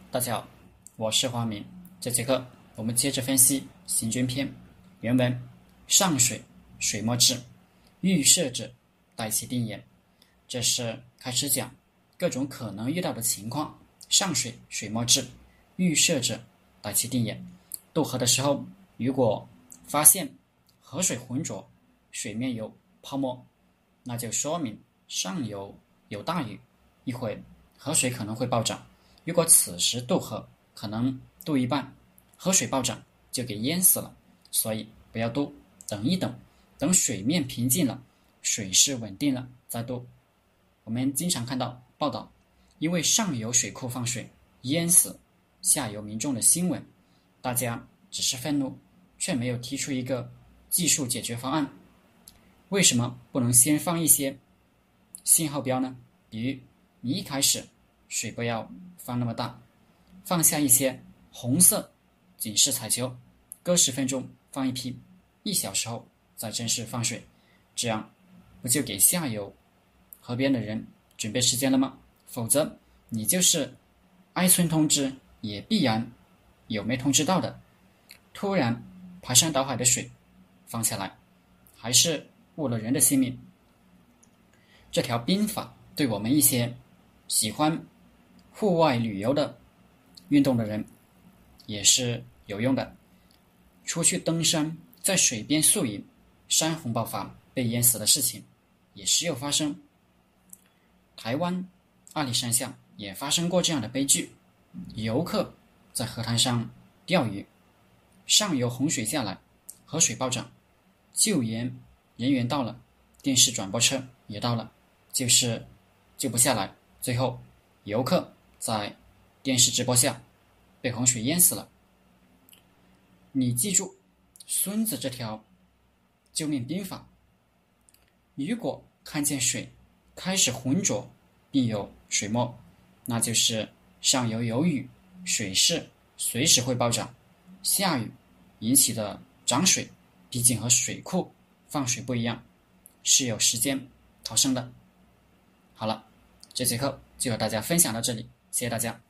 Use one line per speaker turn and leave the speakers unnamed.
大家好，我是花明。这节课我们接着分析行军篇原文：上水，水墨至，预设者待其定也。这是开始讲各种可能遇到的情况。上水，水墨至，预设者待其定也。渡河的时候，如果发现河水浑浊，水面有泡沫，那就说明上游有大雨，一会河水可能会暴涨。如果此时渡河，可能渡一半，河水暴涨就给淹死了。所以不要渡，等一等，等水面平静了，水势稳定了再渡。我们经常看到报道，因为上游水库放水淹死下游民众的新闻，大家只是愤怒，却没有提出一个技术解决方案。为什么不能先放一些信号标呢？比如你一开始水不要放那么大，放下一些红色警示彩球，隔10分钟放一批，1小时后再正式放水，这样不就给下游河边的人准备时间了吗？否则你就是挨村通知也必然有没通知到的，突然排山倒海的水放下来，还是误了人的性命。这条兵法对我们一些喜欢户外旅游的运动的人也是有用的。出去登山，在水边宿营，山洪爆发被淹死的事情也时有发生。台湾阿里山下也发生过这样的悲剧，游客在河滩上钓鱼，上游洪水下来，河水暴涨，救援人员到了，电视转播车也到了，就是救不下来，最后游客在电视直播下被洪水淹死了。你记住孙子这条救命兵法，如果看见水开始浑浊，必有水墨，那就是上游有雨，水势随时会暴涨。下雨引起的涨水毕竟和水库放水不一样，是有时间逃生的。好了，这节课就和大家分享到这里，谢谢大家。